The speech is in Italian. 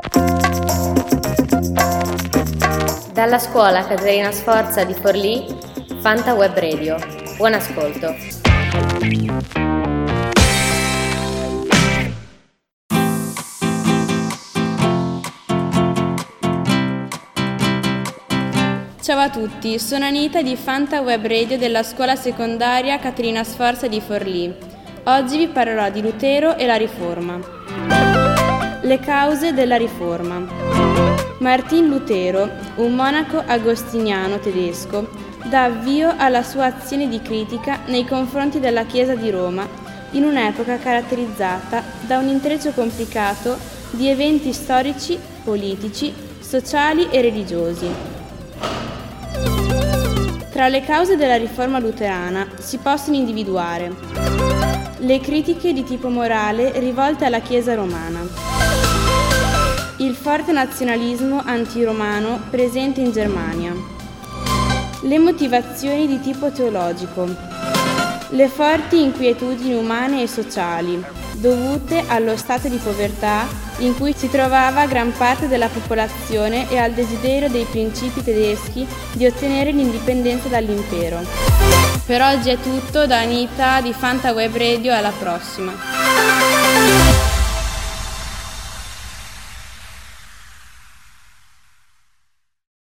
Dalla scuola Caterina Sforza di Forlì, Fanta Web Radio. Buon ascolto. Ciao a tutti, sono Anita di Fanta Web Radio della scuola secondaria Caterina Sforza di Forlì. Oggi vi parlerò di Lutero e la Riforma. Le cause della Riforma. Martin Lutero, un monaco agostiniano tedesco, dà avvio alla sua azione di critica nei confronti della Chiesa di Roma in un'epoca caratterizzata da un intreccio complicato di eventi storici, politici, sociali e religiosi. Tra le cause della riforma luterana si possono individuare le critiche di tipo morale rivolte alla Chiesa romana, il forte nazionalismo antiromano presente in Germania, le motivazioni di tipo teologico, le forti inquietudini umane e sociali dovute allo stato di povertà in cui si trovava gran parte della popolazione e al desiderio dei principi tedeschi di ottenere l'indipendenza dall'impero. Per oggi è tutto da Anita di Fanta Web Radio, alla prossima!